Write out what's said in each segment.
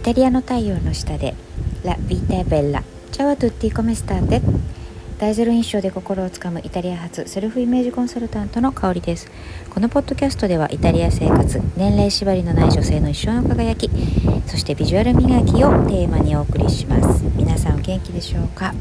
タリアの太陽の下でラ・ビーターベッラチャワトゥッティコメスターテ。大ゼロ印象で心をつかむイタリア発セルフイメージコンサルタントの香りです。このポッドキャストではイタリア生活、年齢縛りのない女性の一生の輝き、そしてビジュアル磨きをテーマにお送りします。皆さんお元気でしょうか？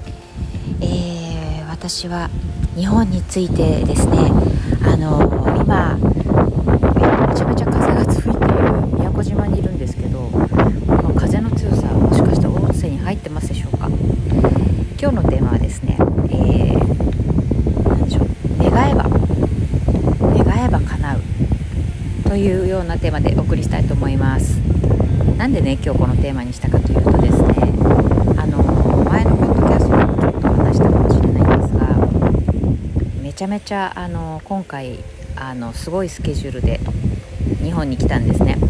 私は日本についてですね、今めちゃめちゃ風が吹いている宮古島にいるんですけど、この風の強さ、もしかしたら音声に入ってますでしょうか？今日のテーマはですね、何でしょう、願えば叶うというようなテーマでお送りしたいと思います。なんでね今日このテーマにしたかというとですね、前のポッドキャストでもちょっと話したかもしれないんですが、めちゃめちゃ今回すごいスケジュールで日本に来たんですね。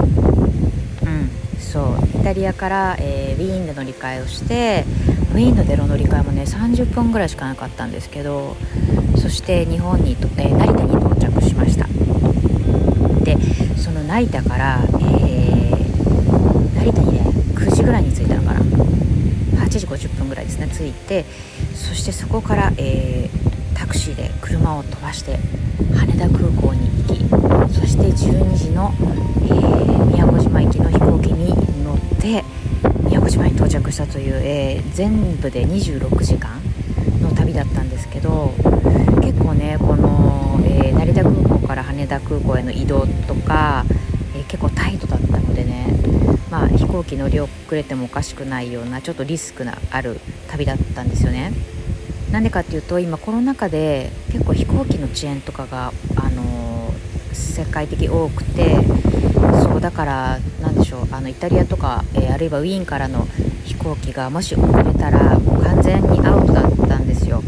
そうイタリアから、ウィーンで乗り換えをして、ウィーンでの乗り換えもね30分ぐらいしかなかったんですけど、そして日本に成田に到着しました。でその成田から、成田にね9時ぐらいに着いたのかな、8時50分ぐらいですね着いて、そしてそこから、タクシーで車を飛ばして羽田空港に行き、そして12時の、宮古島行きの飛行機に乗って宮古島に到着したという、全部で26時間の旅だったんですけど、結構ねこの、成田空港から羽田空港への移動とか、結構タイトだったのでね、飛行機乗り遅れてもおかしくないようなちょっとリスクのある旅だったんですよね。なんでかっていうと、今コロナ禍で結構飛行機の遅延とかが、世界的多くて、そうだからなんでしょう、イタリアとか、あるいはウィーンからの飛行機がもし遅れたらもう完全にアウトだったんですよ。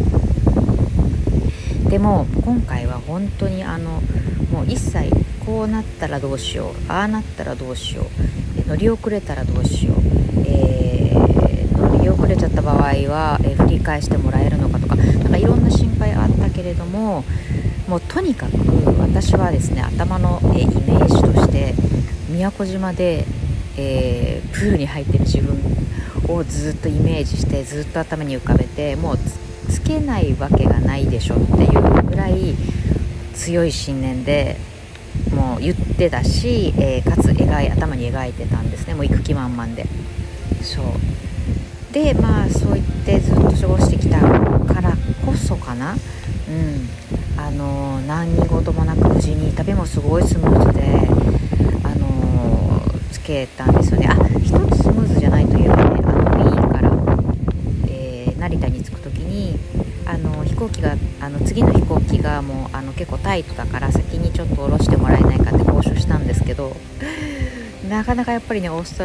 でも今回は本当にもう一切こうなったらどうしよう、ああなったらどうしよう、乗り遅れたらどうしよう、乗り遅れちゃった場合は、振り返してもらえるのかとか、なんかいろんな心配あったけれども、もうとにかく私はですね、頭の、イメージとして宮古島で、プールに入ってる自分をずっとイメージして、ずっと頭に浮かべて、もうつけないわけがないでしょっていうぐらい強い信念でもう言ってたし、かつ頭に描いてたんですね。もう行く気満々で。そうでそう言ってずっと過ごしてきたからこそかな、何事もなく無事に、旅もすごいスムーズでつけたんですよね。一つスムーズじゃないといえばね、ウィーンから、成田に着くときに飛行機が次の飛行機がもう結構タイトだから、先にちょっと降ろしてもらえないかって交渉したんですけど、なかなかやっぱりねオースト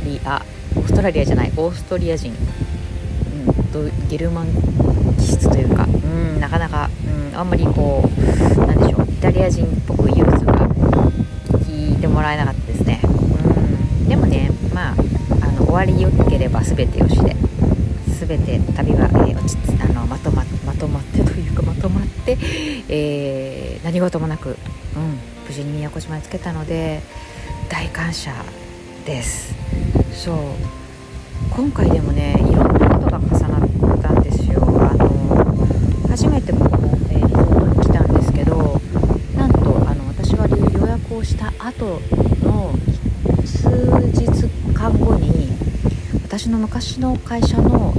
リア人、ゲルマン気質というか、なかなか、あんまりこうなんでしょう、イタリア人っぽく融通が聞いてもらえなかったですね。でもね、終わりよければ全てよしで、全て旅は、まとまって、何事もなく、無事に宮古島に着けたので大感謝です。そう今回でもねいろんなことが重なったんですよ。初めてここの、リゾートに来たんですけど、なんと私が予約をした後の数日間後に、私の昔の会社の、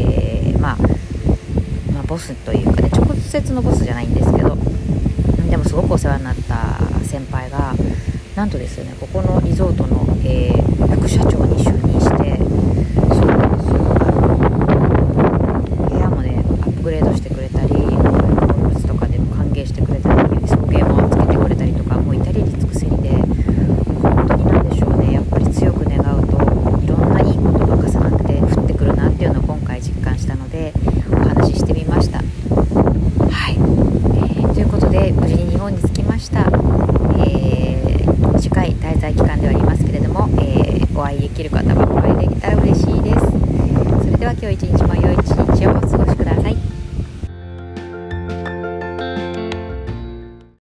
ボスというかね、直接のボスじゃないんですけど、でもすごくお世話になった先輩がなんとですね、ここのリゾートの、副社長に就任して、そうなんですよ、部屋もねアップグレードしてくれたり、動物とかでも歓迎してくれたり、送迎もつけてくれたりとか、もう至れり尽くせりで、本当になんでしょうね、やっぱり強く願うといろんないいことが重なって降ってくるなっていうのを今回実感したのでお話ししてみました。はい、ということで無事に日本に着きました。短い滞在期間ではありますけれども、お会いできる方はお会いできたら嬉しいです。それでは今日一